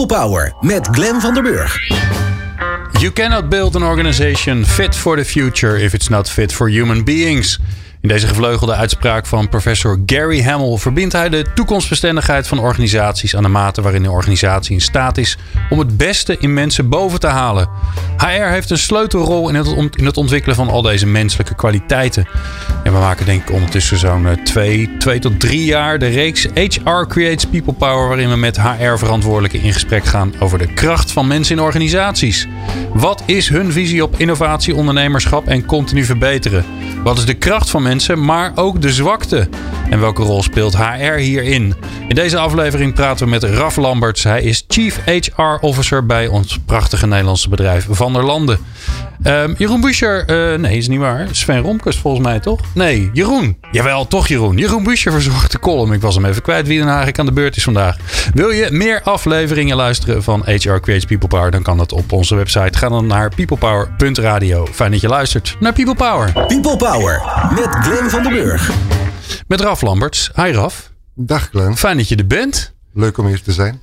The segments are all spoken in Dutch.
People Power met Glenn van der Burg. You cannot build an organization fit for the future if it's not fit for human beings. In deze gevleugelde uitspraak van professor Gary Hamel verbindt hij de toekomstbestendigheid van organisaties aan de mate waarin een organisatie in staat is om het beste in mensen boven te halen. HR heeft een sleutelrol in het ontwikkelen van al deze menselijke kwaliteiten. En we maken denk ik ondertussen zo'n 2 tot 3 jaar de reeks HR Creates People Power, waarin we met HR-verantwoordelijken in gesprek gaan over de kracht van mensen in organisaties. Wat is hun visie op innovatie, ondernemerschap en continu verbeteren? Wat is de kracht van mensen, maar ook de zwakte? En welke rol speelt HR hierin? In deze aflevering praten we met Raf Lamberts. Hij is Chief HR Officer bij ons prachtige Nederlandse bedrijf Van der Landen. Jeroen Buescher, nee, is niet waar. Sven Romkes volgens mij, toch? Nee, Jeroen. Jawel, toch Jeroen. Jeroen Buescher verzorgt de column. Ik was hem even kwijt wie er eigenlijk aan de beurt is vandaag. Wil je meer afleveringen luisteren van HR Creates People Power? Dan kan dat op onze website. Ga dan naar peoplepower.radio. Fijn dat je luistert naar People Power. People Power met Glenn van der Burg. Met Raf Lamberts. Hi Raf. Dag Glenn. Fijn dat je er bent. Leuk om hier te zijn.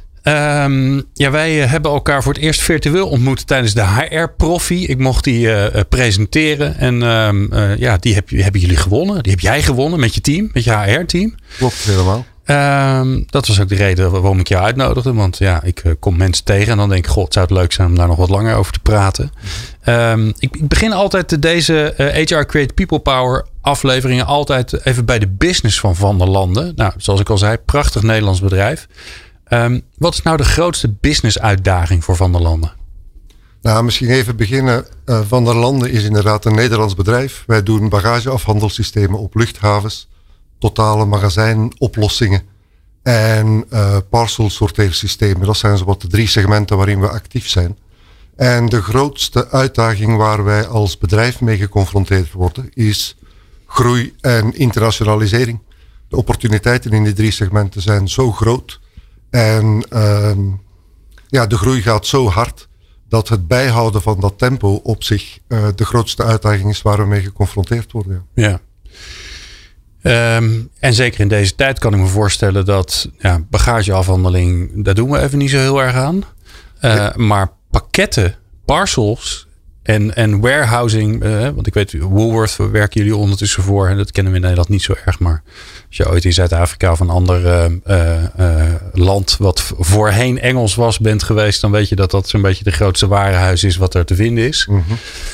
Wij hebben elkaar voor het eerst virtueel ontmoet tijdens de HR-profi. Ik mocht die presenteren. En die hebben jullie gewonnen. Die heb jij gewonnen met je team, met je HR-team. Klopt, helemaal. Dat was ook de reden waarom ik jou uitnodigde. Want ja, ik kom mensen tegen en dan denk ik, god, zou het leuk zijn om daar nog wat langer over te praten. Ik begin altijd deze HR Create People Power afleveringen altijd even bij de business van der Landen. Nou, zoals ik al zei, prachtig Nederlands bedrijf. Wat is nou de grootste business uitdaging voor Van der Landen? Nou, misschien even beginnen. Van der Landen is inderdaad een Nederlands bedrijf. Wij doen bagageafhandelssystemen op luchthavens, totale magazijnoplossingen en parcel sorteersystemen. Dat zijn zowat de 3 segmenten waarin we actief zijn. En de grootste uitdaging waar wij als bedrijf mee geconfronteerd worden is groei en internationalisering. De opportuniteiten in die 3 segmenten zijn zo groot. En de groei gaat zo hard dat het bijhouden van dat tempo op zich de grootste uitdaging is waar we mee geconfronteerd worden. Ja. En zeker in deze tijd kan ik me voorstellen dat bagageafhandeling, daar doen we even niet zo heel erg aan. Maar pakketten, parcels en warehousing, want ik weet, Woolworth werken jullie ondertussen voor. En dat kennen we in Nederland niet zo erg. Maar als je ooit in Zuid-Afrika of een ander land wat voorheen Engels bent geweest, dan weet je dat zo'n beetje de grootste warenhuis is wat er te vinden is. Mm-hmm.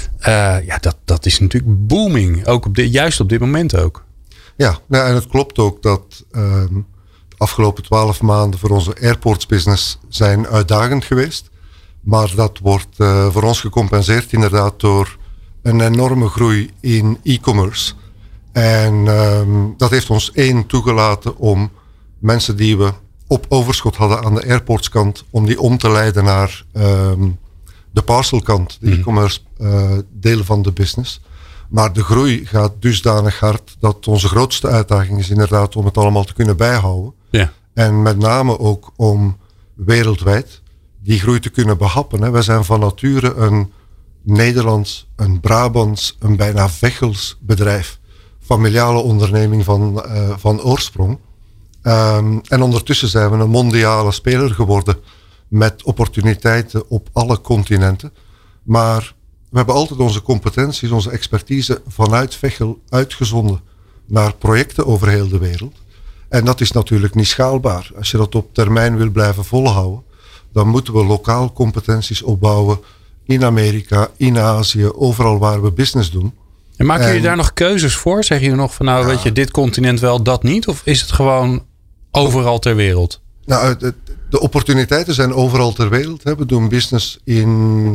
Dat is natuurlijk booming. Ook juist op dit moment ook. Ja, en het klopt ook dat de afgelopen 12 maanden voor onze airports business zijn uitdagend geweest. Maar dat wordt voor ons gecompenseerd inderdaad door een enorme groei in e-commerce. En dat heeft ons toegelaten om mensen die we op overschot hadden aan de airportskant, om die om te leiden naar de parcelkant, de e-commerce delen van de business. Maar de groei gaat dusdanig hard dat onze grootste uitdaging is inderdaad om het allemaal te kunnen bijhouden. Ja. En met name ook om wereldwijd die groei te kunnen behappen. Hè. Wij zijn van nature een Nederlands, een Brabants, een bijna Vechels bedrijf. Familiale onderneming van oorsprong. En ondertussen zijn we een mondiale speler geworden met opportuniteiten op alle continenten. Maar we hebben altijd onze competenties, onze expertise vanuit Vechel uitgezonden naar projecten over heel de wereld. En dat is natuurlijk niet schaalbaar. Als je dat op termijn wil blijven volhouden, dan moeten we lokaal competenties opbouwen in Amerika, in Azië, overal waar we business doen. En maken jullie daar nog keuzes voor? Zeg je nog van weet je, dit continent wel, dat niet? Of is het gewoon overal ter wereld? Nou, de opportuniteiten zijn overal ter wereld. Hè. We doen business in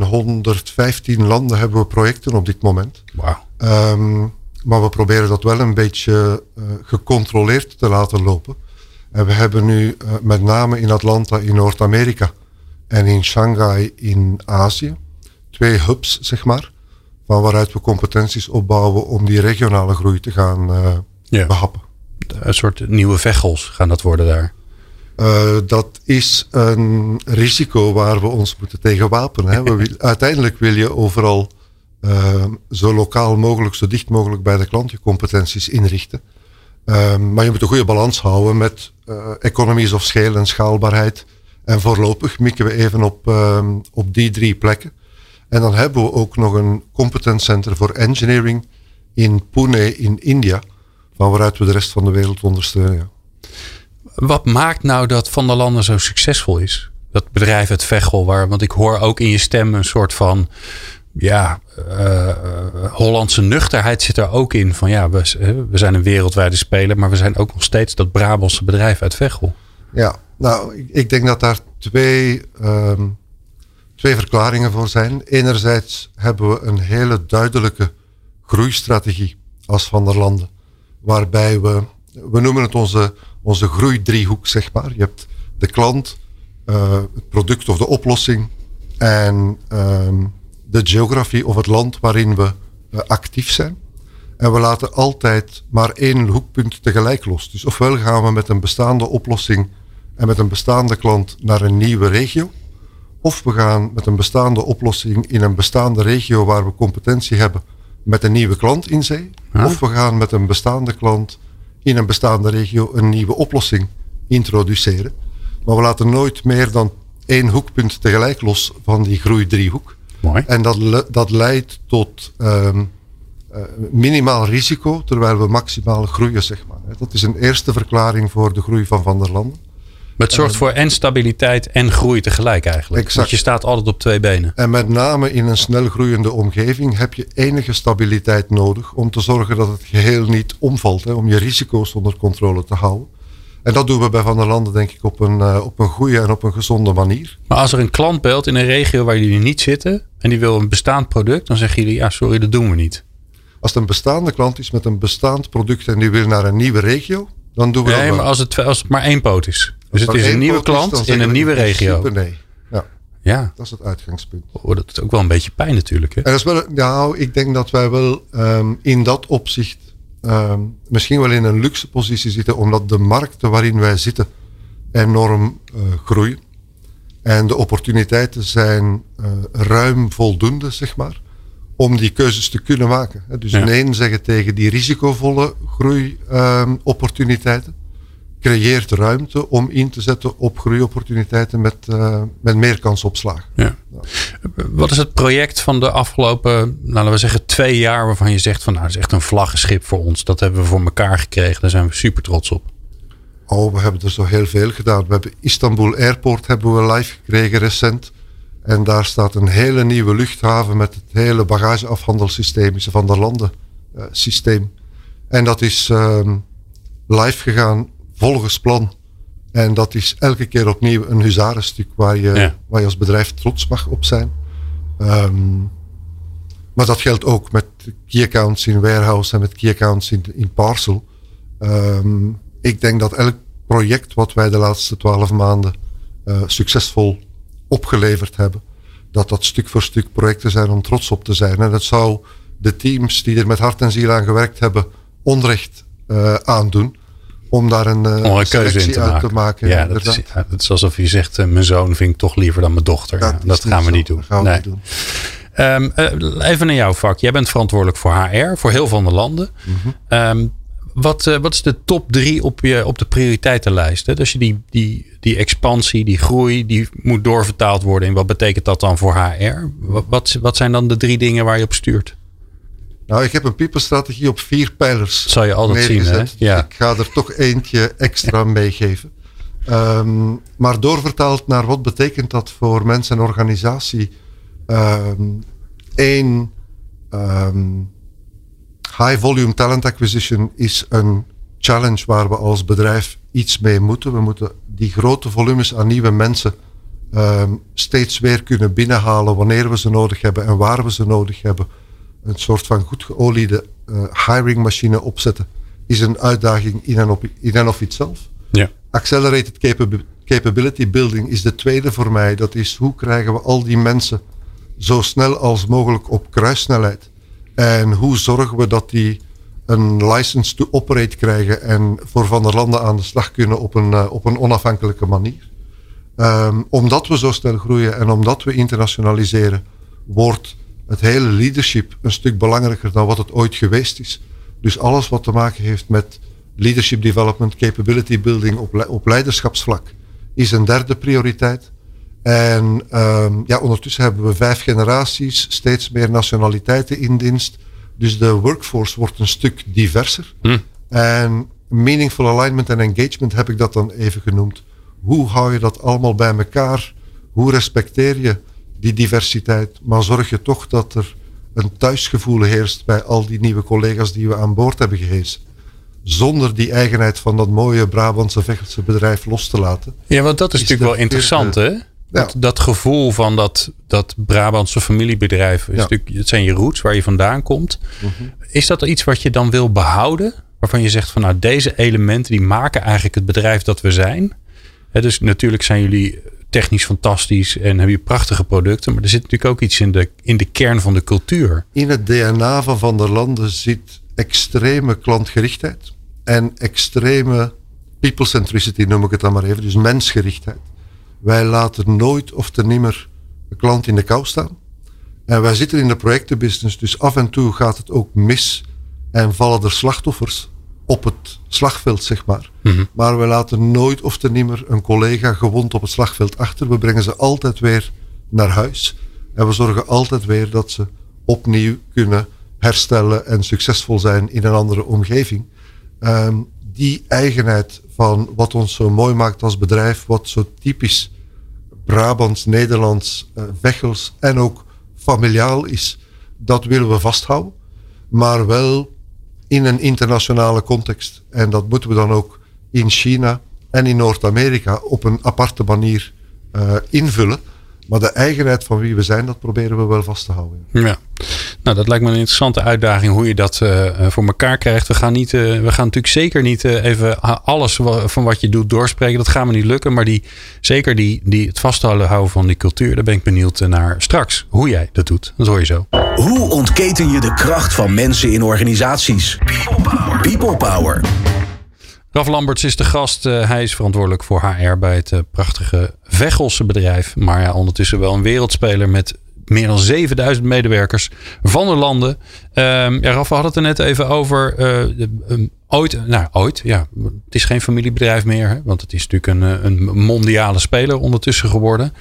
115 landen, hebben we projecten op dit moment. Wow. Maar we proberen dat wel een beetje gecontroleerd te laten lopen. En we hebben nu met name in Atlanta in Noord-Amerika en in Shanghai in Azië 2 hubs, zeg maar, van waaruit we competenties opbouwen om die regionale groei te gaan behappen. Een soort nieuwe Vechels gaan dat worden daar. Dat is een risico waar we ons moeten tegen wapenen. Hè. Uiteindelijk wil je overal zo lokaal mogelijk, zo dicht mogelijk bij de klant je competenties inrichten. Maar je moet een goede balans houden met economies of scale en schaalbaarheid En voorlopig mikken we even op die 3 plekken. En dan hebben we ook nog een competence center voor engineering in Pune in India, van waaruit we de rest van de wereld ondersteunen. Ja. Wat maakt nou dat Van der Landen zo succesvol is? Dat bedrijf uit Veghel, want ik hoor ook in je stem een soort van Hollandse nuchterheid zit er ook in. Van we zijn een wereldwijde speler, maar we zijn ook nog steeds dat Brabantse bedrijf uit Veghel. Ja, nou, ik denk dat daar twee verklaringen voor zijn. Enerzijds hebben we een hele duidelijke groeistrategie als Van der Landen, waarbij we noemen het onze groeidriehoek, zeg maar. Je hebt de klant, het product of de oplossing en de geografie of het land waarin we actief zijn. En we laten altijd maar 1 hoekpunt tegelijk los. Dus ofwel gaan we met een bestaande oplossing en met een bestaande klant naar een nieuwe regio, of we gaan met een bestaande oplossing in een bestaande regio waar we competentie hebben met een nieuwe klant in zee. Huh? Of we gaan met een bestaande klant in een bestaande regio een nieuwe oplossing introduceren. Maar we laten nooit meer dan 1 hoekpunt tegelijk los van die groeidriehoek. Mooi. En dat leidt tot minimaal risico, terwijl we maximaal groeien, zeg maar. Dat is een eerste verklaring voor de groei van der Landen. Maar het zorgt voor en stabiliteit en groei tegelijk eigenlijk. Exact. Want je staat altijd op 2 benen. En met name in een snel groeiende omgeving heb je enige stabiliteit nodig om te zorgen dat het geheel niet omvalt. Om je risico's onder controle te houden. En dat doen we bij Van der Landen denk ik op een goede en op een gezonde manier. Maar als er een klant belt in een regio waar jullie niet zitten en die wil een bestaand product, dan zeggen jullie sorry, dat doen we niet. Als het een bestaande klant is met een bestaand product en die wil naar een nieuwe regio, dan doen we dat wel. Maar als het maar 1 poot is. Dus het is een nieuwe klant in een nieuwe regio. Nee. Ja. Dat is het uitgangspunt. Dat is ook wel een beetje pijn natuurlijk. Hè? En dat is ik denk dat wij wel in dat opzicht misschien wel in een luxe positie zitten, omdat de markten waarin wij zitten enorm groeien. En de opportuniteiten zijn ruim voldoende, zeg maar, om die keuzes te kunnen maken. Dus nee zeggen tegen die risicovolle groeiopportuniteiten creëert ruimte om in te zetten op groeiopportuniteiten met meer kans op slagen. Ja. Wat is het project van de afgelopen, laten we zeggen 2 jaar, waarvan je zegt van dat is echt een vlaggenschip voor ons. Dat hebben we voor elkaar gekregen. Daar zijn we super trots op. We hebben er zo heel veel gedaan. We hebben Istanbul Airport hebben we live gekregen recent. En daar staat een hele nieuwe luchthaven met het hele bagageafhandelssysteem, is Van der Landen systeem. En dat is live gegaan volgens plan. En dat is elke keer opnieuw een huzarenstuk waar je als bedrijf trots mag op zijn. Maar dat geldt ook met key accounts in warehouse en met key accounts in parcel. Ik denk dat elk project wat wij de laatste 12 maanden succesvol opgeleverd hebben, dat stuk voor stuk projecten zijn om trots op te zijn. En dat zou de teams die er met hart en ziel aan gewerkt hebben onrecht aandoen om daar een selectie uit te maken. Ja, dat is alsof je zegt, mijn zoon vind ik toch liever dan mijn dochter. Dat gaan we niet doen. Niet doen. Even naar jouw vak. Jij bent verantwoordelijk voor HR, voor heel Van der Landen. Mm-hmm. Wat is de top 3 op de prioriteitenlijst? Hè? Dus die expansie, die groei, die moet doorvertaald worden. En wat betekent dat dan voor HR? Wat zijn dan de 3 dingen waar je op stuurt? Nou, ik heb een people-strategie op 4 pijlers. Dat zal je altijd zien, hè? Ja. Ik ga er toch eentje extra meegeven. Maar doorvertaald naar wat betekent dat voor mensen en organisatie? High volume talent acquisition is een challenge waar we als bedrijf iets mee moeten. We moeten die grote volumes aan nieuwe mensen steeds weer kunnen binnenhalen wanneer we ze nodig hebben en waar we ze nodig hebben. Een soort van goed geoliede hiring machine opzetten is een uitdaging in en of itself. Ja. Accelerated capability building is de tweede voor mij. Dat is hoe krijgen we al die mensen zo snel als mogelijk op kruissnelheid. En hoe zorgen we dat die een license to operate krijgen en voor Van der Landen aan de slag kunnen op een onafhankelijke manier. Omdat we zo snel groeien en omdat we internationaliseren, wordt het hele leadership een stuk belangrijker dan wat het ooit geweest is. Dus alles wat te maken heeft met leadership development, capability building op leiderschapsvlak is een derde prioriteit. En ondertussen hebben we 5 generaties, steeds meer nationaliteiten in dienst. Dus de workforce wordt een stuk diverser. En meaningful alignment en engagement heb ik dat dan even genoemd. Hoe hou je dat allemaal bij elkaar? Hoe respecteer je die diversiteit? Maar zorg je toch dat er een thuisgevoel heerst bij al die nieuwe collega's die we aan boord hebben gehesen. Zonder die eigenheid van dat mooie Brabantse Vechelse bedrijf los te laten. Ja, want dat is natuurlijk wel interessant, hè? Dat gevoel van dat Brabantse familiebedrijf. Is natuurlijk, het zijn je roots waar je vandaan komt. Is dat iets wat je dan wil behouden? Waarvan je zegt van nou, deze elementen die maken eigenlijk het bedrijf dat we zijn. Dus natuurlijk zijn jullie technisch fantastisch en hebben je prachtige producten. Maar er zit natuurlijk ook iets in de kern van de cultuur. In het DNA van Van der Lande zit extreme klantgerichtheid. En extreme people centricity noem ik het dan maar even. Dus mensgerichtheid. Wij laten nooit of te nimmer de klant in de kou staan. En wij zitten in de projectenbusiness. Dus af en toe gaat het ook mis. En vallen er slachtoffers op het slagveld, zeg maar. Maar we laten nooit of te nimmer een collega gewond op het slagveld achter. We brengen ze altijd weer naar huis. En we zorgen altijd weer dat ze opnieuw kunnen herstellen en succesvol zijn in een andere omgeving. Die eigenheid van wat ons zo mooi maakt als bedrijf, wat zo typisch Brabants, Nederlands, Vechels en ook familiaal is, dat willen we vasthouden. Maar wel in een internationale context. En dat moeten we dan ook in China en in Noord-Amerika op een aparte manier invullen. Maar de eigenheid van wie we zijn, dat proberen we wel vast te houden. Ja, nou dat lijkt me een interessante uitdaging hoe je dat voor elkaar krijgt. We gaan natuurlijk zeker niet even alles van wat je doet doorspreken. Dat gaat me niet lukken. Maar zeker het vasthouden van die cultuur, daar ben ik benieuwd naar straks. Hoe jij dat doet, dat hoor je zo. Hoe ontketen je de kracht van mensen in organisaties? People Power. Ralf Lamberts is de gast. Hij is verantwoordelijk voor HR bij het prachtige Vechelse bedrijf. Maar ja, ondertussen wel een wereldspeler met meer dan 7000 medewerkers van de landen. Ralf, we hadden het er net even over. Ooit. Ja, het is geen familiebedrijf meer. Hè, want het is natuurlijk een mondiale speler ondertussen geworden.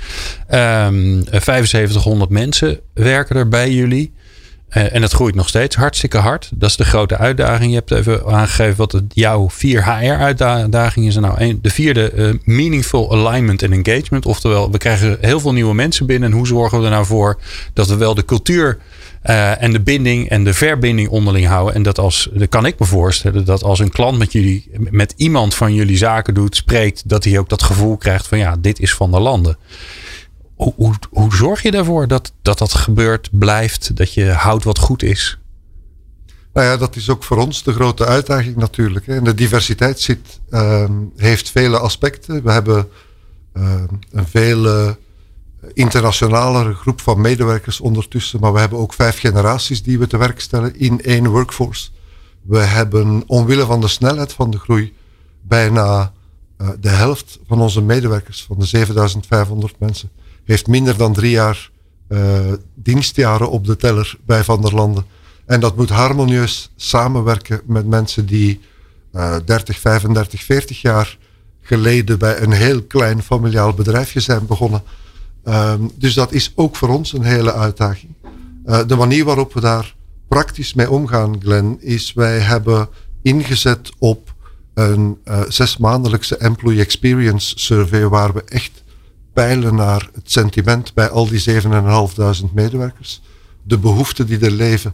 7500 mensen werken er bij jullie. En dat groeit nog steeds hartstikke hard. Dat is de grote uitdaging. Je hebt even aangegeven wat jouw 4 HR-uitdagingen is. Nou, de 4e, meaningful alignment en engagement. Oftewel, we krijgen heel veel nieuwe mensen binnen. En hoe zorgen we er nou voor dat we wel de cultuur en de binding en de verbinding onderling houden. En dat kan ik me voorstellen dat als een klant met iemand van jullie zaken doet, spreekt, dat hij ook dat gevoel krijgt van ja, dit is van de landen. Hoe zorg je ervoor dat gebeurt, blijft, dat je houdt wat goed is? Nou ja, dat is ook voor ons de grote uitdaging natuurlijk. En de diversiteit heeft vele aspecten. We hebben een veel internationalere groep van medewerkers ondertussen. Maar we hebben ook 5 generaties die we te werk stellen in 1 workforce. We hebben omwille van de snelheid van de groei bijna de helft van onze medewerkers, van de 7500 mensen, heeft minder dan 3 jaar dienstjaren op de teller bij Van der Lande. En dat moet harmonieus samenwerken met mensen die 30, 35, 40 jaar geleden bij een heel klein familiaal bedrijfje zijn begonnen. Dus dat is ook voor ons een hele uitdaging. De manier waarop we daar praktisch mee omgaan, Glenn, is wij hebben ingezet op een 6-maandelijkse Employee Experience Survey waar we echt peilen naar het sentiment bij al die 7.500 medewerkers. De behoeften die er leven.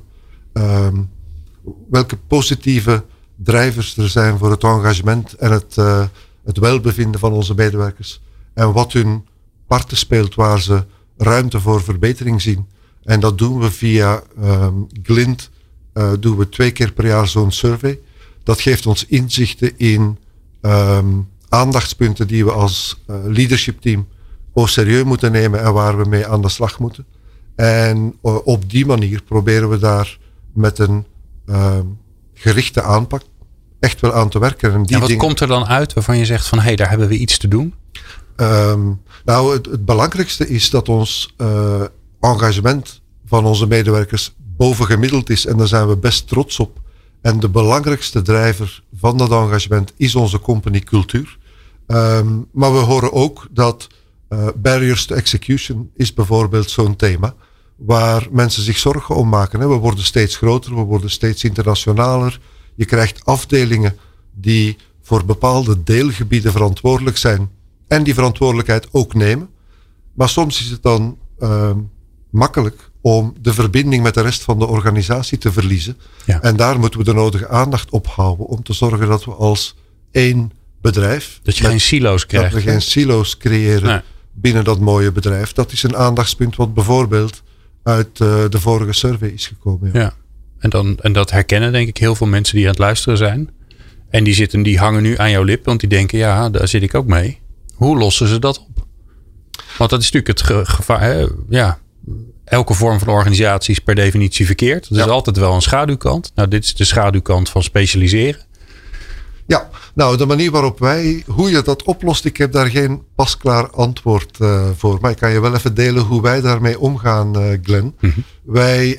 Welke positieve drijvers er zijn voor het engagement en het welbevinden van onze medewerkers. En wat hun parten speelt waar ze ruimte voor verbetering zien. En dat doen we via Glint. Doen we 2 keer per jaar zo'n survey. Dat geeft ons inzichten in aandachtspunten die we als leadership team au serieus moeten nemen en waar we mee aan de slag moeten. En op die manier proberen we daar met een gerichte aanpak echt wel aan te werken. En wat komt er dan uit waarvan je zegt van daar hebben we iets te doen? Nou, het belangrijkste is dat ons engagement van onze medewerkers bovengemiddeld is en daar zijn we best trots op. En de belangrijkste drijver van dat engagement is onze company cultuur. Maar we horen ook dat barriers to execution is bijvoorbeeld zo'n thema. Waar mensen zich zorgen om maken. Hè. We worden steeds groter, we worden steeds internationaler. Je krijgt afdelingen die voor bepaalde deelgebieden verantwoordelijk zijn. En die verantwoordelijkheid ook nemen. Maar soms is het dan makkelijk om de verbinding met de rest van de organisatie te verliezen. Ja. En daar moeten we de nodige aandacht op houden om te zorgen dat we als één bedrijf... Dat je geen silo's krijgt. Dat we geen silo's creëren binnen dat mooie bedrijf. Dat is een aandachtspunt wat bijvoorbeeld uit de vorige survey is gekomen. Ja. En dat herkennen denk ik heel veel mensen die aan het luisteren zijn. En die hangen nu aan jouw lip, want die denken, ja, daar zit ik ook mee. Hoe lossen ze dat op? Want dat is natuurlijk het gevaar. Hè? Ja, elke vorm van organisatie is per definitie verkeerd. Er is altijd wel een schaduwkant. Nou, dit is de schaduwkant van specialiseren. Ja, nou de manier waarop hoe je dat oplost, ik heb daar geen pasklaar antwoord voor. Maar ik kan je wel even delen hoe wij daarmee omgaan, Glenn. Mm-hmm. Wij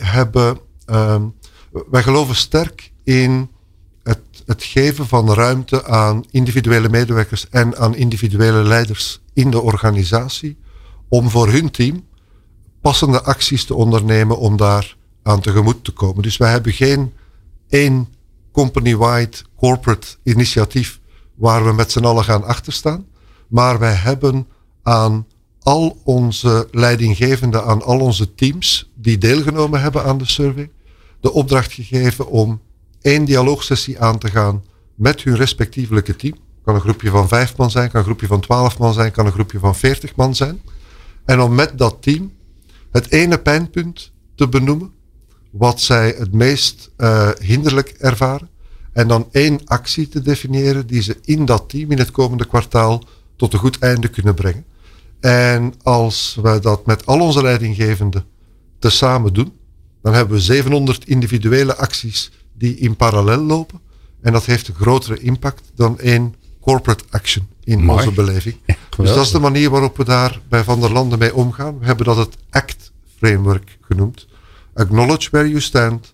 geloven sterk in het geven van ruimte aan individuele medewerkers en aan individuele leiders in de organisatie. Om voor hun team passende acties te ondernemen om daar aan tegemoet te komen. Dus wij hebben geen één company-wide corporate initiatief waar we met z'n allen gaan achterstaan. Maar wij hebben aan al onze leidinggevenden, aan al onze teams die deelgenomen hebben aan de survey, de opdracht gegeven om 1 dialoogsessie aan te gaan met hun respectievelijke team. Kan een groepje van 5 man zijn, kan een groepje van 12 man zijn, kan een groepje van 40 man zijn. En om met dat team het ene pijnpunt te benoemen wat zij het meest hinderlijk ervaren. En dan 1 actie te definiëren die ze in dat team in het komende kwartaal tot een goed einde kunnen brengen. En als we dat met al onze leidinggevenden tezamen doen, dan hebben we 700 individuele acties die in parallel lopen. En dat heeft een grotere impact dan 1 corporate action in onze beleving. Ja, dus dat is de manier waarop we daar bij Van der Landen mee omgaan. We hebben dat het ACT-framework genoemd. Acknowledge where you stand.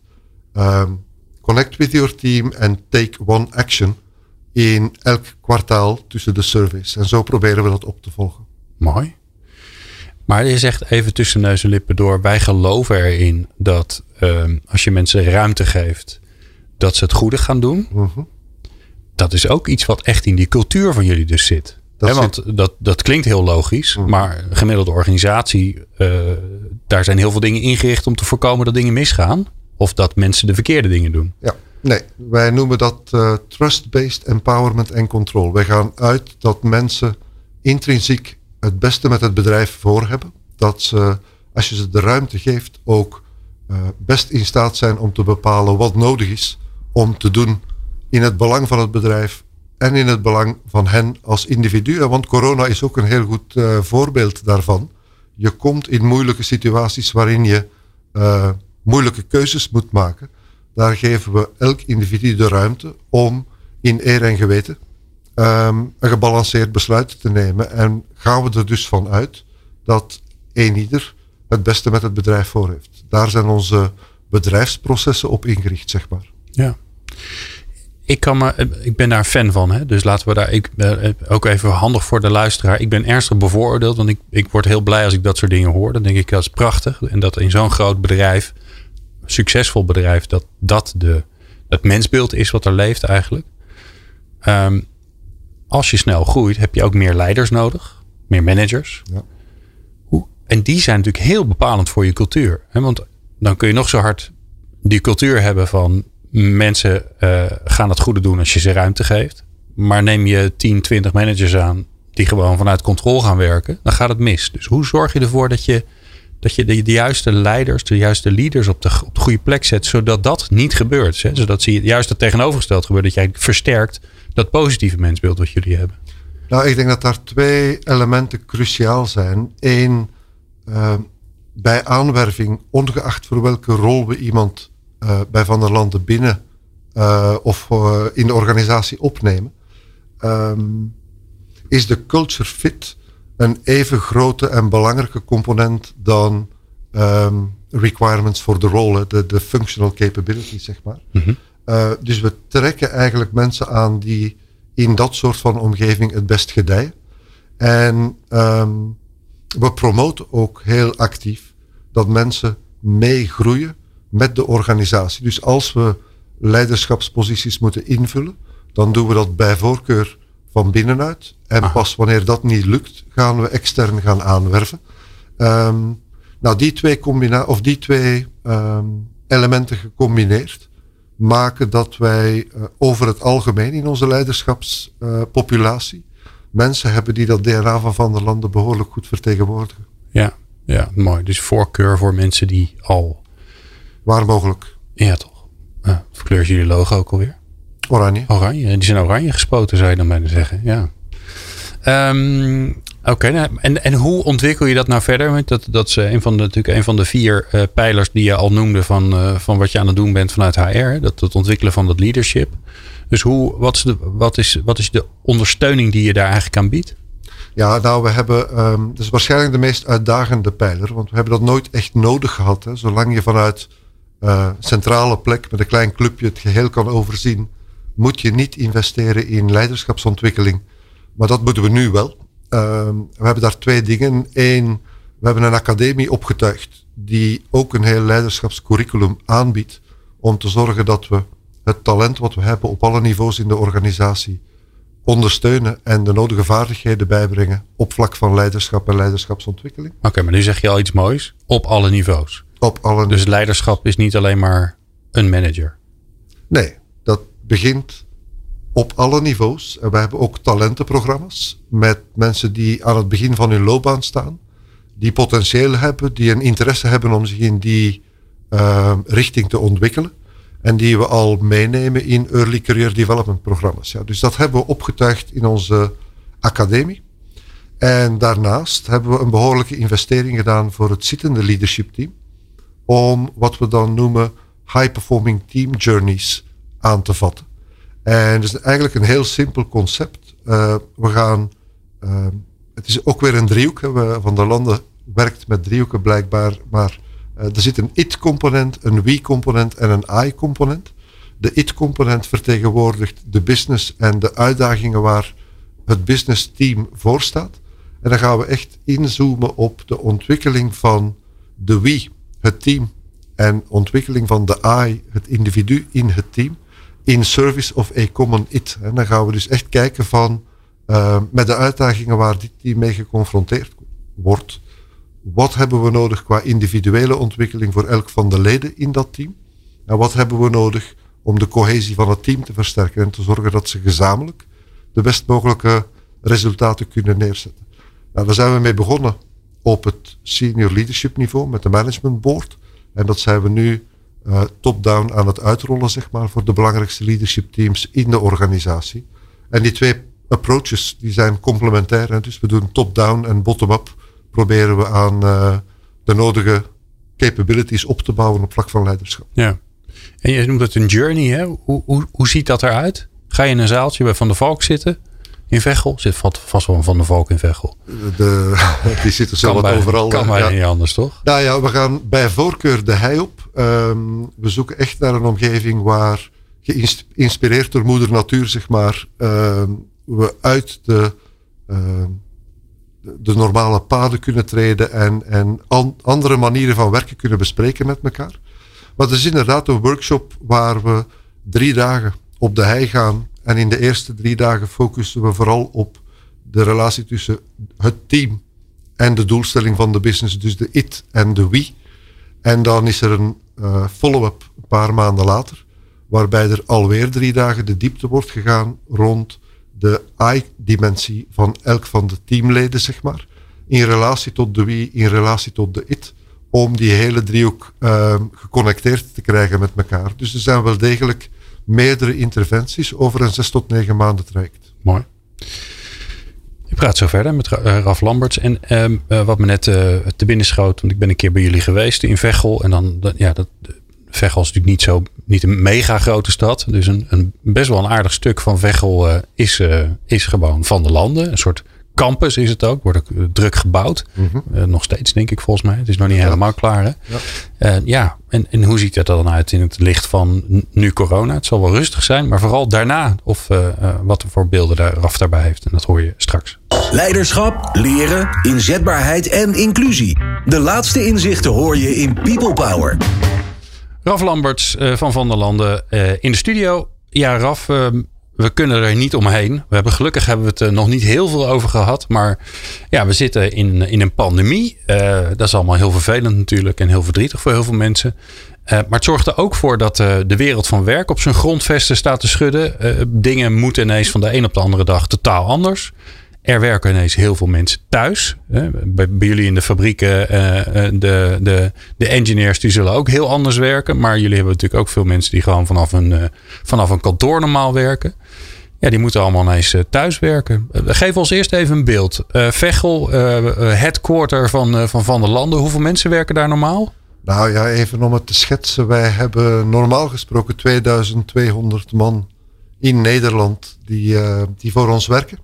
Connect with your team and take 1 action in elk kwartaal tussen de surveys. En zo proberen we dat op te volgen. Mooi. Maar je zegt even tussen neus en lippen door. Wij geloven erin dat als je mensen ruimte geeft, dat ze het goede gaan doen. Mm-hmm. Dat is ook iets wat echt in die cultuur van jullie dus zit. Want dat klinkt heel logisch. Mm-hmm. Maar een gemiddelde organisatie, daar zijn heel veel dingen ingericht om te voorkomen dat dingen misgaan. Of dat mensen de verkeerde dingen doen. Ja, nee. Wij noemen dat trust-based empowerment en control. Wij gaan uit dat mensen intrinsiek het beste met het bedrijf voor hebben. Dat ze, als je ze de ruimte geeft, ook best in staat zijn om te bepalen wat nodig is om te doen in het belang van het bedrijf en in het belang van hen als individuen. Want corona is ook een heel goed voorbeeld daarvan. Je komt in moeilijke situaties waarin je moeilijke keuzes moet maken. Daar geven we elk individu de ruimte om in eer en geweten een gebalanceerd besluit te nemen. En gaan we er dus van uit dat eenieder het beste met het bedrijf voor heeft. Daar zijn onze bedrijfsprocessen op ingericht, zeg maar. Ja. Ik ben daar fan van. Hè? Dus laten we daar ook even handig voor de luisteraar. Ik ben ernstig bevooroordeeld. Want ik word heel blij als ik dat soort dingen hoor. Dan denk ik dat is prachtig. En dat in zo'n groot bedrijf, succesvol bedrijf, dat het mensbeeld is wat er leeft eigenlijk. Als je snel groeit, heb je ook meer leiders nodig. Meer managers. Ja. En die zijn natuurlijk heel bepalend voor je cultuur. Hè? Want dan kun je nog zo hard die cultuur hebben van mensen gaan het goede doen als je ze ruimte geeft. Maar neem je 10, 20 managers aan die gewoon vanuit controle gaan werken, dan gaat het mis. Dus hoe zorg je ervoor dat je de juiste leiders, de juiste leaders op de goede plek zet, zodat dat niet gebeurt. Hè? Zodat juist het tegenovergesteld gebeurt. Dat jij versterkt dat positieve mensbeeld wat jullie hebben. Nou, ik denk dat daar 2 elementen cruciaal zijn. 1, bij aanwerving, ongeacht voor welke rol we iemand bij Van der Landen binnen of in de organisatie opnemen, is de culture fit een even grote en belangrijke component dan requirements for the role, de functional capabilities, zeg maar. Mm-hmm. Dus we trekken eigenlijk mensen aan die in dat soort van omgeving het best gedijen. En we promoten ook heel actief dat mensen meegroeien met de organisatie. Dus als we leiderschapsposities moeten invullen, dan doen we dat bij voorkeur van binnenuit. En pas wanneer dat niet lukt, gaan we extern gaan aanwerven. Die twee elementen gecombineerd maken dat wij over het algemeen in onze leiderschapspopulatie mensen hebben die dat DNA van der Landen behoorlijk goed vertegenwoordigen. Ja, mooi. Dus voorkeur voor mensen die al... Waar mogelijk. Ja, toch. Verkleur is jullie logo ook alweer? Oranje. Die zijn oranje gespoten, zou je dan bijna zeggen. Ja. Oké. En hoe ontwikkel je dat nou verder? Want dat is natuurlijk een van de 4 pijlers die je al noemde van wat je aan het doen bent vanuit HR. Dat ontwikkelen van dat leadership. Dus wat is de ondersteuning die je daar eigenlijk aan biedt? Ja, we hebben, dat is waarschijnlijk de meest uitdagende pijler. Want we hebben dat nooit echt nodig gehad. Hè. Zolang je vanuit centrale plek met een klein clubje het geheel kan overzien, moet je niet investeren in leiderschapsontwikkeling. Maar dat moeten we nu wel. We hebben daar 2 dingen. 1, we hebben een academie opgetuigd die ook een heel leiderschapscurriculum aanbiedt om te zorgen dat we het talent wat we hebben op alle niveaus in de organisatie ondersteunen en de nodige vaardigheden bijbrengen op vlak van leiderschap en leiderschapsontwikkeling. Oké, maar nu zeg je al iets moois. Op alle niveaus. Op alle niveaus. Dus leiderschap is niet alleen maar een manager. Nee, dat begint op alle niveaus. En we hebben ook talentenprogramma's met mensen die aan het begin van hun loopbaan staan, die potentieel hebben, die een interesse hebben om zich in die richting te ontwikkelen. En die we al meenemen in early career development programma's. Ja, dus dat hebben we opgetuigd in onze academie. En daarnaast hebben we een behoorlijke investering gedaan voor het zittende leadership team. Om wat we dan noemen high performing team journeys aan te vatten. En het is eigenlijk een heel simpel concept. Het is ook weer een driehoek. Van der Landen werkt met driehoeken blijkbaar, maar er zit een it-component, een we-component en een I-component. De it-component vertegenwoordigt de business en de uitdagingen waar het business team voor staat. En dan gaan we echt inzoomen op de ontwikkeling van de we, het team, en ontwikkeling van de I, het individu in het team, in service of a common it. En dan gaan we dus echt kijken van met de uitdagingen waar dit team mee geconfronteerd wordt. Wat hebben we nodig qua individuele ontwikkeling voor elk van de leden in dat team? En wat hebben we nodig om de cohesie van het team te versterken en te zorgen dat ze gezamenlijk de best mogelijke resultaten kunnen neerzetten? Nou, daar zijn we mee begonnen op het senior leadership niveau met de management board. En dat zijn we nu top-down aan het uitrollen, zeg maar, voor de belangrijkste leadership teams in de organisatie. En die 2 approaches die zijn complementair. Hè? Dus we doen top-down en bottom-up. Proberen we aan de nodige capabilities op te bouwen op vlak van leiderschap. Ja. En je noemt het een journey, hè? Hoe ziet dat eruit? Ga je in een zaaltje bij Van der Valk zitten in Veghel? Zit vast wel een Van der Valk in Veghel. Die zitten zo wat overal. Kan maar niet anders, toch? Nou ja, we gaan bij voorkeur de hei op. We zoeken echt naar een omgeving waar geïnspireerd door moeder natuur, zeg maar, we uit de normale paden kunnen treden en andere manieren van werken kunnen bespreken met elkaar. Maar het is inderdaad een workshop waar we 3 dagen op de hei gaan. En in de eerste 3 dagen focussen we vooral op de relatie tussen het team en de doelstelling van de business. Dus de it en de we. En dan is er een follow-up een paar maanden later. Waarbij er alweer 3 dagen de diepte wordt gegaan rond de I-dimensie van elk van de teamleden, zeg maar. In relatie tot de we, in relatie tot de it. Om die hele driehoek geconnecteerd te krijgen met elkaar. Dus er zijn wel degelijk meerdere interventies over een 6 tot 9 maanden traject. Mooi. Ik praat zo verder met Raf Lamberts. En wat me net te binnen schoot, want ik ben een keer bij jullie geweest in Veghel. En dan Veghel is natuurlijk niet een mega grote stad. Dus best wel een aardig stuk van Veghel is gewoon Van der Landen. Een soort campus is het ook. Wordt ook druk gebouwd. Nog steeds denk ik volgens mij. Het is nog niet helemaal klaar. Hè? En hoe ziet dat er dan uit in het licht van nu corona? Het zal wel rustig zijn, maar vooral daarna. Of wat voor beelden Raf daarbij heeft. En dat hoor je straks. Leiderschap, leren, inzetbaarheid en inclusie. De laatste inzichten hoor je in People Power. Raf Lamberts van der Landen in de studio. Ja, Raf, we kunnen er niet omheen. Gelukkig hebben we het nog niet heel veel over gehad. Maar ja, we zitten in een pandemie. Dat is allemaal heel vervelend natuurlijk. En heel verdrietig voor heel veel mensen. Maar het zorgt er ook voor dat de wereld van werk op zijn grondvesten staat te schudden. Dingen moeten ineens van de een op de andere dag totaal anders. Er werken ineens heel veel mensen thuis. Bij jullie in de fabrieken, de engineers die zullen ook heel anders werken. Maar jullie hebben natuurlijk ook veel mensen die gewoon vanaf een kantoor normaal werken. Ja, die moeten allemaal ineens thuis werken. Geef ons eerst even een beeld. Veghel, headquarter van der Landen. Hoeveel mensen werken daar normaal? Nou ja, even om het te schetsen. Wij hebben normaal gesproken 2200 man in Nederland die voor ons werken.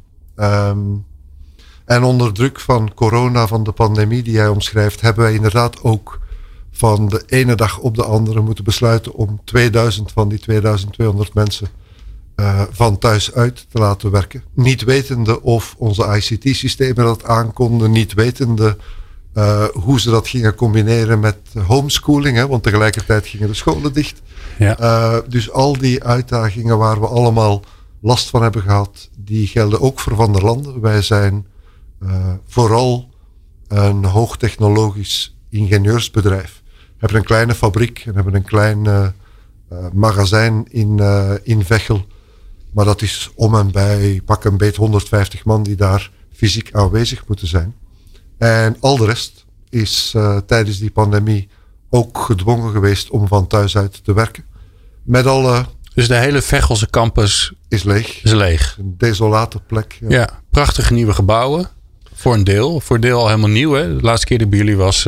En onder druk van corona, van de pandemie die jij omschrijft, hebben wij inderdaad ook van de ene dag op de andere moeten besluiten om 2000 van die 2200 mensen van thuis uit te laten werken. Niet wetende of onze ICT-systemen dat aankonden, niet wetende hoe ze dat gingen combineren met homeschooling, hè, want tegelijkertijd gingen de scholen dicht. Ja. Dus al die uitdagingen waar we allemaal last van hebben gehad, die gelden ook voor Van der Landen. Wij zijn vooral een hoogtechnologisch ingenieursbedrijf. We hebben een kleine fabriek en hebben een klein magazijn in Veghel. Maar dat is om en bij pak een beet 150 man die daar fysiek aanwezig moeten zijn. En al de rest is tijdens die pandemie ook gedwongen geweest om van thuis uit te werken. Met alle... Dus de hele Vechelse campus is leeg. Een desolate plek. Ja, prachtige nieuwe gebouwen. Voor een deel al helemaal nieuw. Hè? De laatste keer dat bij jullie was...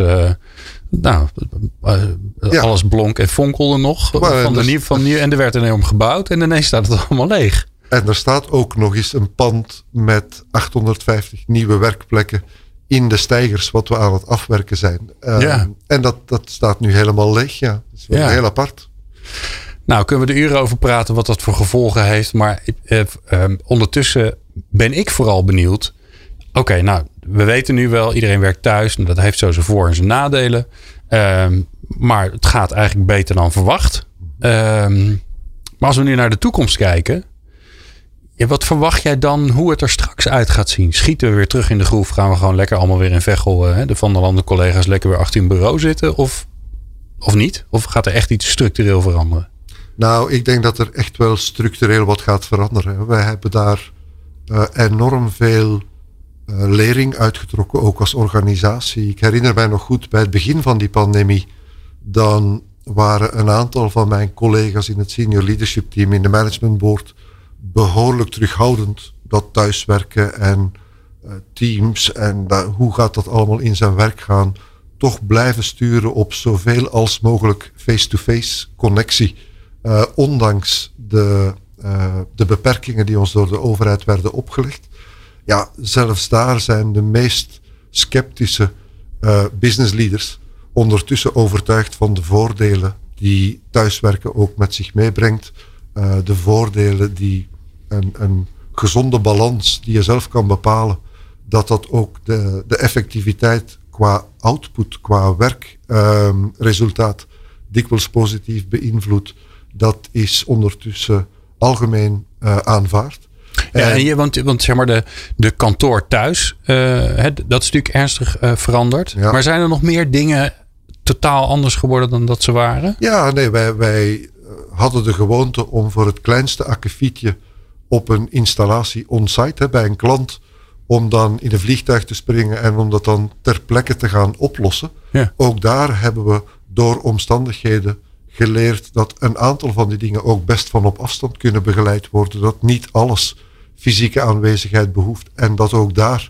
alles blonk en fonkelde nog. En er werd enorm gebouwd. En ineens staat het allemaal leeg. En er staat ook nog eens een pand met 850 nieuwe werkplekken in de steigers wat we aan het afwerken zijn. En dat staat nu helemaal leeg. Ja. Dat is wel heel apart. Nou, kunnen we er uren over praten wat dat voor gevolgen heeft. Maar ondertussen ben ik vooral benieuwd. Oké, nou, we weten nu wel, iedereen werkt thuis. En dat heeft zo zijn voor- en zijn nadelen. Maar het gaat eigenlijk beter dan verwacht. Maar als we nu naar de toekomst kijken. Ja, wat verwacht jij dan hoe het er straks uit gaat zien? Schieten we weer terug in de groef? Gaan we gewoon lekker allemaal weer in Veghel, de Van der Landen collega's, lekker weer achter in het bureau zitten? Of niet? Of gaat er echt iets structureel veranderen? Nou, ik denk dat er echt wel structureel wat gaat veranderen. Wij hebben daar enorm veel lering uitgetrokken, ook als organisatie. Ik herinner mij nog goed, bij het begin van die pandemie, dan waren een aantal van mijn collega's in het senior leadership team in de management board behoorlijk terughoudend dat thuiswerken en teams en hoe gaat dat allemaal in zijn werk gaan, toch blijven sturen op zoveel als mogelijk face-to-face connectie. Ondanks de beperkingen die ons door de overheid werden opgelegd. Ja, zelfs daar zijn de meest sceptische business leaders ondertussen overtuigd van de voordelen die thuiswerken ook met zich meebrengt. De voordelen die een gezonde balans die je zelf kan bepalen, dat ook de effectiviteit qua output, qua werkresultaat dikwijls positief beïnvloedt. Dat is ondertussen algemeen aanvaard. Ja, want zeg maar de kantoor thuis, dat is natuurlijk ernstig veranderd. Ja. Maar zijn er nog meer dingen totaal anders geworden dan dat ze waren? Ja, nee, wij hadden de gewoonte om voor het kleinste akkefietje op een installatie on-site bij een klant, om dan in een vliegtuig te springen en om dat dan ter plekke te gaan oplossen. Ja. Ook daar hebben we door omstandigheden geleerd dat een aantal van die dingen ook best van op afstand kunnen begeleid worden. Dat niet alles fysieke aanwezigheid behoeft en dat ook daar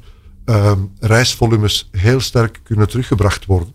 reisvolumes heel sterk kunnen teruggebracht worden.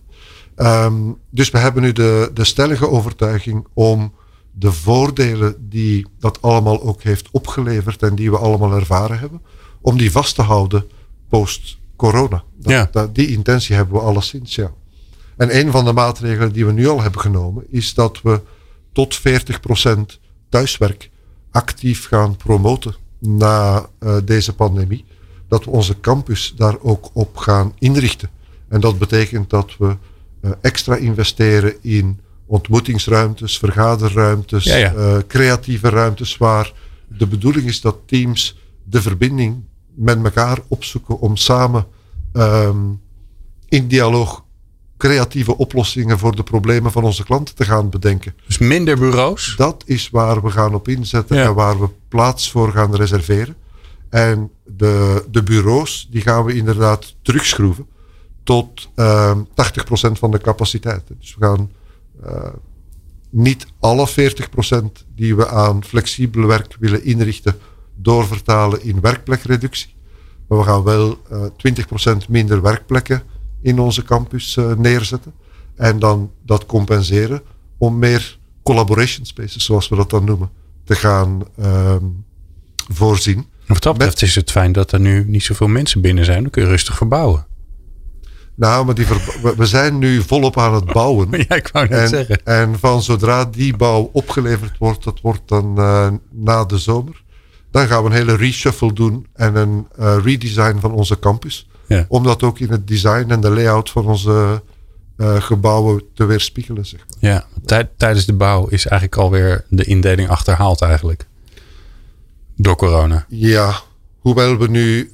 Dus we hebben nu de stellige overtuiging om de voordelen die dat allemaal ook heeft opgeleverd en die we allemaal ervaren hebben, om die vast te houden post-corona. Die intentie hebben we alleszins, ja. En een van de maatregelen die we nu al hebben genomen, is dat we tot 40% thuiswerk actief gaan promoten na deze pandemie. Dat we onze campus daar ook op gaan inrichten. En dat betekent dat we extra investeren in ontmoetingsruimtes, vergaderruimtes, creatieve ruimtes, waar de bedoeling is dat teams de verbinding met elkaar opzoeken om samen in dialoog creatieve oplossingen voor de problemen van onze klanten te gaan bedenken. Dus minder bureaus? Dat is waar we gaan op inzetten en waar we plaats voor gaan reserveren. En de bureaus, die gaan we inderdaad terugschroeven tot 80% van de capaciteit. Dus we gaan niet alle 40% die we aan flexibel werk willen inrichten doorvertalen in werkplekreductie. Maar we gaan wel 20% minder werkplekken in onze campus neerzetten. En dan dat compenseren om meer collaboration spaces, zoals we dat dan noemen, te gaan voorzien. Wat dat betreft is het fijn dat er nu niet zoveel mensen binnen zijn. Dan kun je rustig verbouwen. Nou, maar we zijn nu volop aan het bouwen. Ja, ik wou net zeggen. En van zodra die bouw opgeleverd wordt, dat wordt dan na de zomer. Dan gaan we een hele reshuffle doen en een redesign van onze campus. Ja. Om dat ook in het design en de layout van onze gebouwen te weerspiegelen. Zeg maar. Ja, tijdens de bouw is eigenlijk alweer de indeling achterhaald eigenlijk. Door corona. Ja, hoewel we nu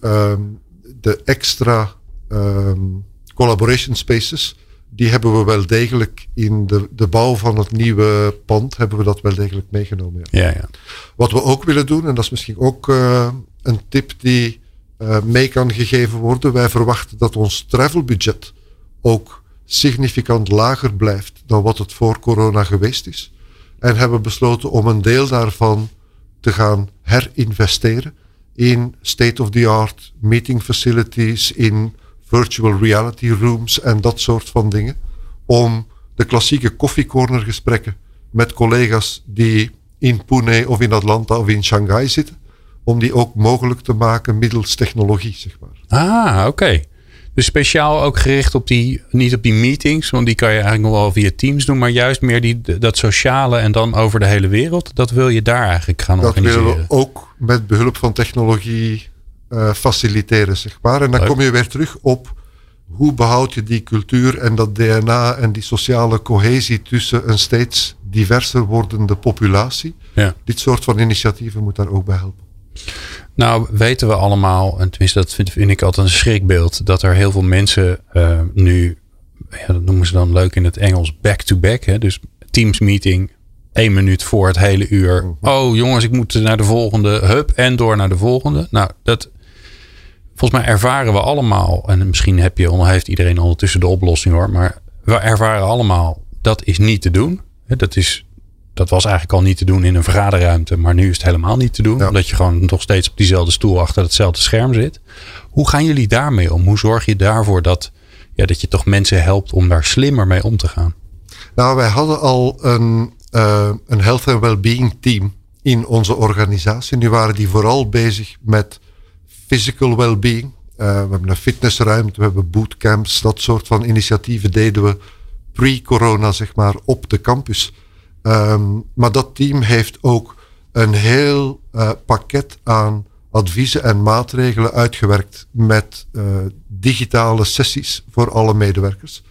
de extra collaboration spaces, die hebben we wel degelijk in de bouw van het nieuwe pand, hebben we dat wel degelijk meegenomen. Ja. Wat we ook willen doen, en dat is misschien ook een tip die mee kan gegeven worden. Wij verwachten dat ons travelbudget ook significant lager blijft dan wat het voor corona geweest is. En hebben besloten om een deel daarvan te gaan herinvesteren in state-of-the-art meeting facilities, in virtual reality rooms en dat soort van dingen. Om de klassieke koffiecornergesprekken met collega's die in Pune of in Atlanta of in Shanghai zitten, om die ook mogelijk te maken middels technologie, zeg maar. Ah, oké. Dus speciaal ook gericht op niet op die meetings, want die kan je eigenlijk nog wel via Teams doen, maar juist meer dat sociale en dan over de hele wereld. Dat wil je daar eigenlijk gaan organiseren. Dat willen we ook met behulp van technologie faciliteren, zeg maar. En dan kom je weer terug op hoe behoud je die cultuur en dat DNA en die sociale cohesie tussen een steeds diverser wordende populatie. Ja. Dit soort van initiatieven moet daar ook bij helpen. Nou, weten we allemaal, en tenminste dat vind ik altijd een schrikbeeld, dat er heel veel mensen nu, dat noemen ze dan leuk in het Engels, back-to-back. Hè? Dus Teams meeting, 1 minuut voor het hele uur. Oh jongens, ik moet naar de volgende, hup, en door naar de volgende. Nou, dat volgens mij ervaren we allemaal, en misschien heeft iedereen ondertussen de oplossing hoor, maar we ervaren allemaal, dat is niet te doen. Dat was eigenlijk al niet te doen in een vergaderruimte, maar nu is het helemaal niet te doen. Ja. Omdat je gewoon nog steeds op diezelfde stoel achter hetzelfde scherm zit. Hoe gaan jullie daarmee om? Hoe zorg je daarvoor dat je toch mensen helpt om daar slimmer mee om te gaan? Nou, wij hadden al een health and well-being team in onze organisatie. Nu waren die vooral bezig met physical well-being. We hebben een fitnessruimte, we hebben bootcamps, dat soort van initiatieven deden we pre-corona, zeg maar, op de campus. Maar dat team heeft ook een heel pakket aan adviezen en maatregelen uitgewerkt met digitale sessies voor alle medewerkers.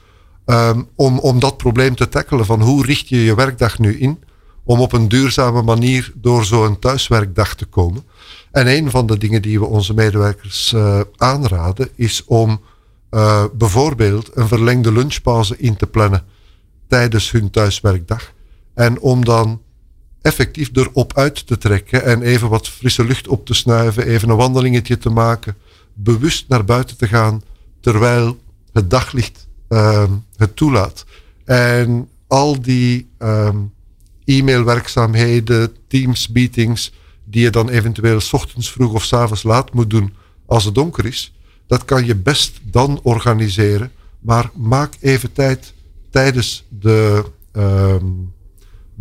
Om dat probleem te tackelen van hoe richt je je werkdag nu in om op een duurzame manier door zo'n thuiswerkdag te komen. En een van de dingen die we onze medewerkers aanraden is om bijvoorbeeld een verlengde lunchpauze in te plannen tijdens hun thuiswerkdag. En om dan effectief erop uit te trekken en even wat frisse lucht op te snuiven, even een wandelingetje te maken, bewust naar buiten te gaan terwijl het daglicht het toelaat. En al die e-mailwerkzaamheden, Teams meetings, die je dan eventueel 's ochtends vroeg of 's avonds laat moet doen als het donker is, dat kan je best dan organiseren. Maar maak even tijd tijdens de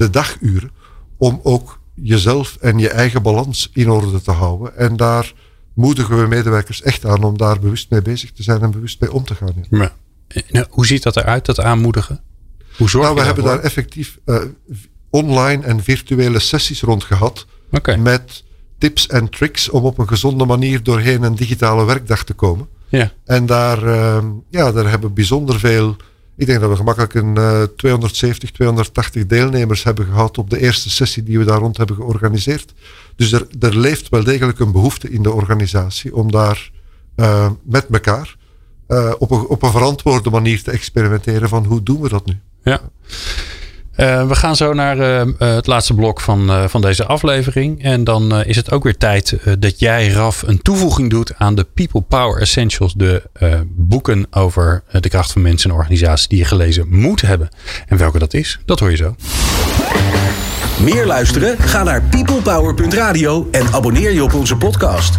daguren om ook jezelf en je eigen balans in orde te houden. En daar moedigen we medewerkers echt aan om daar bewust mee bezig te zijn en bewust mee om te gaan. Ja. Ja. Nou, hoe ziet dat eruit, dat aanmoedigen? Hoe zorg je we hebben daarvoor? daar effectief online en virtuele sessies rond gehad. Okay. Met tips en tricks om op een gezonde manier doorheen een digitale werkdag te komen. Ja. En daar hebben bijzonder veel... Ik denk dat we gemakkelijk een 270, 280 deelnemers hebben gehad op de eerste sessie die we daar rond hebben georganiseerd. Dus er leeft wel degelijk een behoefte in de organisatie om daar met elkaar op een verantwoorde manier te experimenteren van hoe doen we dat nu. Ja. We gaan zo naar het laatste blok van deze aflevering. En dan is het ook weer tijd dat jij, Raf, een toevoeging doet aan de People Power Essentials. De boeken over de kracht van mensen en organisaties die je gelezen moet hebben. En welke dat is, dat hoor je zo. Meer luisteren? Ga naar peoplepower.radio en abonneer je op onze podcast.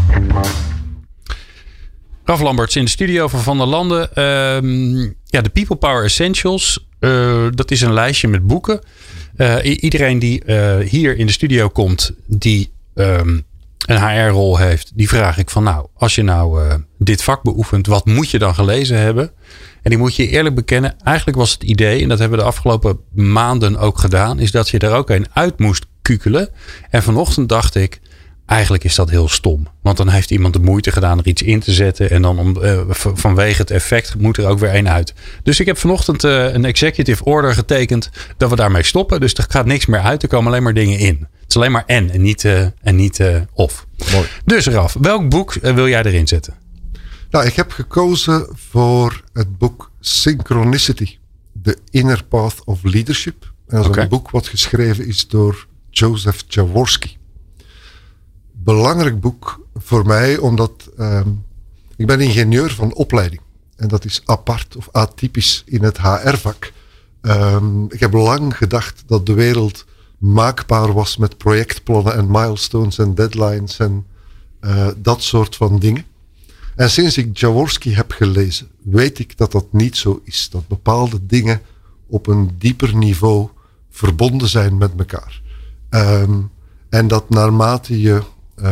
Raf Lamberts in de studio van der Landen. De People Power Essentials. Dat is een lijstje met boeken. Iedereen die hier in de studio komt, die een HR-rol heeft, die vraag ik van nou, als je nou dit vak beoefent, wat moet je dan gelezen hebben? En die moet je eerlijk bekennen, eigenlijk was het idee, en dat hebben we de afgelopen maanden ook gedaan, is dat je er ook een uit moest kukelen. En vanochtend dacht ik, eigenlijk is dat heel stom. Want dan heeft iemand de moeite gedaan er iets in te zetten. En dan vanwege het effect moet er ook weer één uit. Dus ik heb vanochtend een executive order getekend dat we daarmee stoppen. Dus er gaat niks meer uit. Er komen alleen maar dingen in. Het is alleen maar en niet of. Mooi. Dus Raf, welk boek wil jij erin zetten? Nou, ik heb gekozen voor het boek Synchronicity. The Inner Path of Leadership. En dat is een boek wat geschreven is door Joseph Jaworski. Belangrijk boek voor mij, omdat ik ben ingenieur van opleiding. En dat is apart of atypisch in het HR-vak. Ik heb lang gedacht dat de wereld maakbaar was met projectplannen en milestones en deadlines en dat soort van dingen. En sinds ik Jaworski heb gelezen, weet ik dat dat niet zo is. Dat bepaalde dingen op een dieper niveau verbonden zijn met elkaar. En dat naarmate je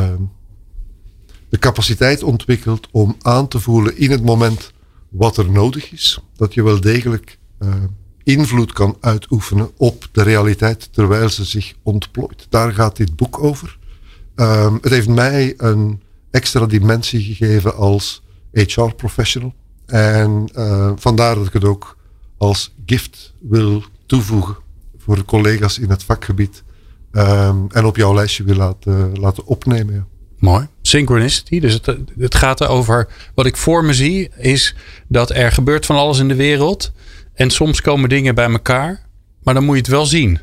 de capaciteit ontwikkelt om aan te voelen in het moment wat er nodig is, dat je wel degelijk invloed kan uitoefenen op de realiteit terwijl ze zich ontplooit. Daar gaat dit boek over. Het heeft mij een extra dimensie gegeven als HR-professional. En vandaar dat ik het ook als gift wil toevoegen voor de collega's in het vakgebied. En op jouw lijstje wil laten opnemen. Ja. Mooi. Synchronicity. Dus het gaat erover, wat ik voor me zie, is dat er gebeurt van alles in de wereld. En soms komen dingen bij elkaar. Maar dan moet je het wel zien.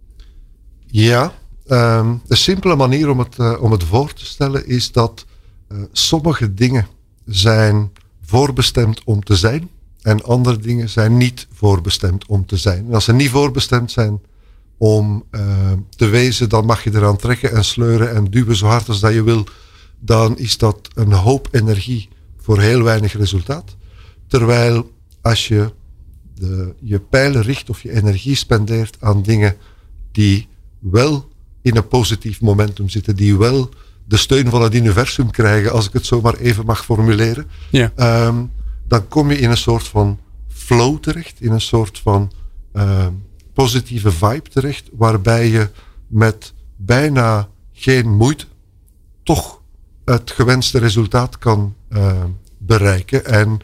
Ja. Een simpele manier om het voor te stellen is dat sommige dingen zijn voorbestemd om te zijn. En andere dingen zijn niet voorbestemd om te zijn. En als ze niet voorbestemd zijn om te wezen, dan mag je eraan trekken en sleuren en duwen zo hard als dat je wil. Dan is dat een hoop energie voor heel weinig resultaat. Terwijl als je je pijlen richt of je energie spendeert aan dingen die wel in een positief momentum zitten, die wel de steun van het universum krijgen, als ik het zo maar even mag formuleren, ja. Dan kom je in een soort van flow terecht, in een soort van positieve vibe terecht, waarbij je met bijna geen moeite toch het gewenste resultaat kan bereiken en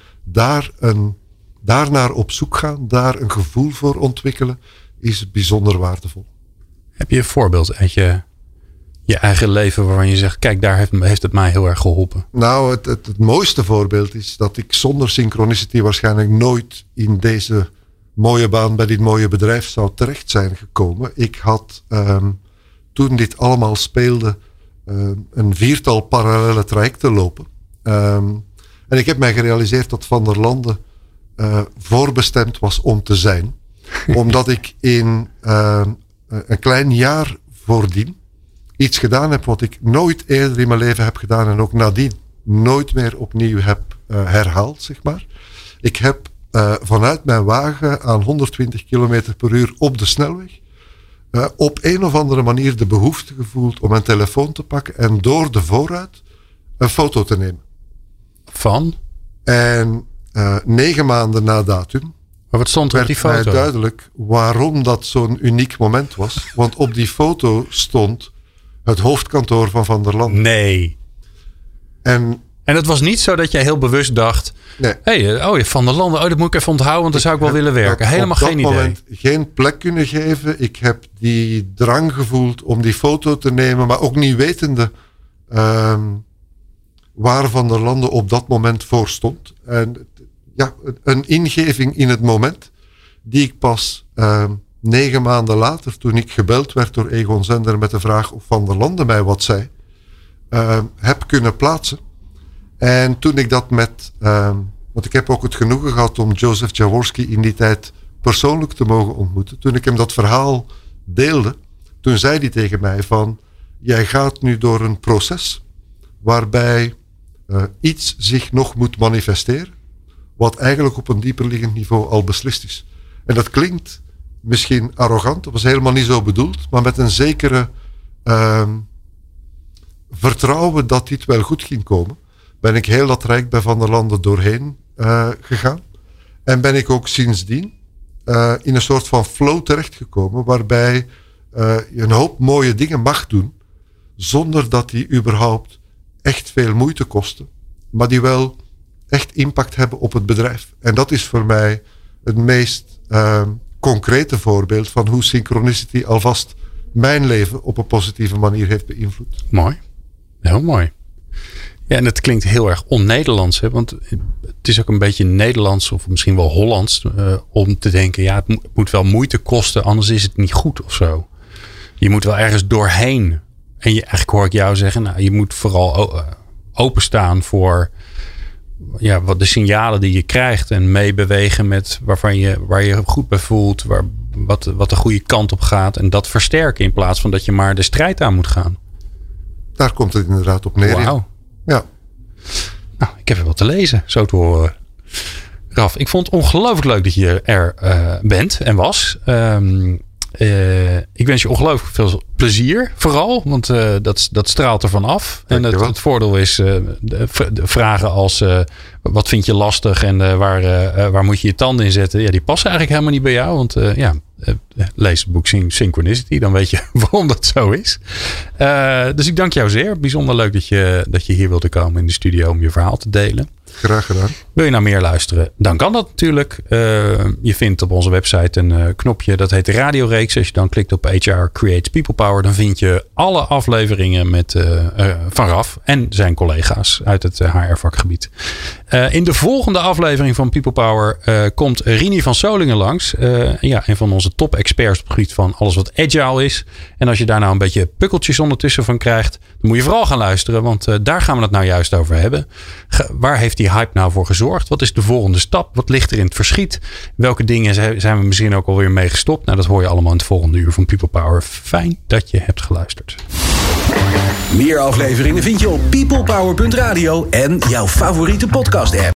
daarnaar op zoek gaan, daar een gevoel voor ontwikkelen, is bijzonder waardevol. Heb je een voorbeeld uit je eigen leven waarvan je zegt, kijk, daar heeft het mij heel erg geholpen? Nou, het mooiste voorbeeld is dat ik zonder Synchronicity waarschijnlijk nooit in deze mooie baan bij dit mooie bedrijf zou terecht zijn gekomen. Ik had toen dit allemaal speelde een 4-tal parallele trajecten lopen. En ik heb mij gerealiseerd dat Van der Landen voorbestemd was om te zijn. Omdat ik in een klein jaar voordien iets gedaan heb wat ik nooit eerder in mijn leven heb gedaan en ook nadien nooit meer opnieuw heb herhaald, zeg maar. Ik heb vanuit mijn wagen aan 120 km per uur op de snelweg op een of andere manier de behoefte gevoeld om mijn telefoon te pakken en door de voorruit een foto te nemen. Van? En 9 maanden na datum Maar wat stond er op die foto? werd mij duidelijk waarom dat zo'n uniek moment was. Want op die foto stond het hoofdkantoor van Van der Landen. Nee. En het was niet zo dat jij heel bewust dacht... Nee. Hey, Van der Landen, dat moet ik even onthouden... want daar zou ik wel willen werken. Helemaal geen idee. Op dat moment geen plek kunnen geven. Ik heb die drang gevoeld om die foto te nemen... maar ook niet wetende waar Van der Landen op dat moment voor stond. En ja, een ingeving in het moment... die ik pas 9 maanden later... toen ik gebeld werd door Egon Zender... met de vraag of Van der Landen mij wat zei... heb kunnen plaatsen. En toen ik dat met... want ik heb ook het genoegen gehad om Joseph Jaworski in die tijd persoonlijk te mogen ontmoeten. Toen ik hem dat verhaal deelde, toen zei hij tegen mij van... jij gaat nu door een proces waarbij iets zich nog moet manifesteren. Wat eigenlijk op een dieperliggend niveau al beslist is. En dat klinkt misschien arrogant, dat was helemaal niet zo bedoeld. Maar met een zekere vertrouwen dat dit wel goed ging komen... ben ik heel dat rijk bij Van der Landen doorheen gegaan. En ben ik ook sindsdien in een soort van flow terechtgekomen... waarbij je een hoop mooie dingen mag doen... zonder dat die überhaupt echt veel moeite kosten... maar die wel echt impact hebben op het bedrijf. En dat is voor mij het meest concrete voorbeeld... van hoe Synchronicity alvast mijn leven op een positieve manier heeft beïnvloed. Mooi. Heel mooi. Ja, en het klinkt heel erg on-Nederlands. Hè? Want het is ook een beetje Nederlands of misschien wel Hollands... om te denken, ja, het moet wel moeite kosten... anders is het niet goed of zo. Je moet wel ergens doorheen. En eigenlijk hoor ik jou zeggen... nou, je moet vooral openstaan voor... ja, wat de signalen die je krijgt... en meebewegen met waar je goed bij voelt... wat de goede kant op gaat... en dat versterken in plaats van dat je maar de strijd aan moet gaan. Daar komt het inderdaad op neer. Wauw. Ja. Nou, ik heb er wat te lezen, zo te horen. Raf, ik vond het ongelooflijk leuk dat je er bent en was. Ik wens je ongelooflijk veel plezier, vooral. Want dat straalt ervan af. En het voordeel is de vragen als... wat vind je lastig en waar moet je je tanden in zetten? Ja, die passen eigenlijk helemaal niet bij jou. Want lees het boek Synchronicity. Dan weet je waarom dat zo is. Dus ik dank jou zeer. Bijzonder leuk dat je hier wilde komen in de studio om je verhaal te delen. Graag gedaan. Wil je nou meer luisteren? Dan kan dat natuurlijk. Je vindt op onze website een knopje. Dat heet de radioreeks. Als je dan klikt op HR Creates People Power. Dan vind je alle afleveringen van Raf. En zijn collega's uit het HR-vakgebied. In de volgende aflevering van People Power komt Rini van Solingen langs. Een van onze top-experts op het gebied van alles wat agile is. En als je daar nou een beetje pukkeltjes ondertussen van krijgt. Dan moet je vooral gaan luisteren. Want daar gaan we het nou juist over hebben. Waar heeft die hype nou voor gezorgd? Wat is de volgende stap? Wat ligt er in het verschiet? Welke dingen zijn we misschien ook alweer mee gestopt? Nou, dat hoor je allemaal in het volgende uur van People Power. Fijn dat je hebt geluisterd. Meer afleveringen vind je op peoplepower.radio en jouw favoriete podcast app.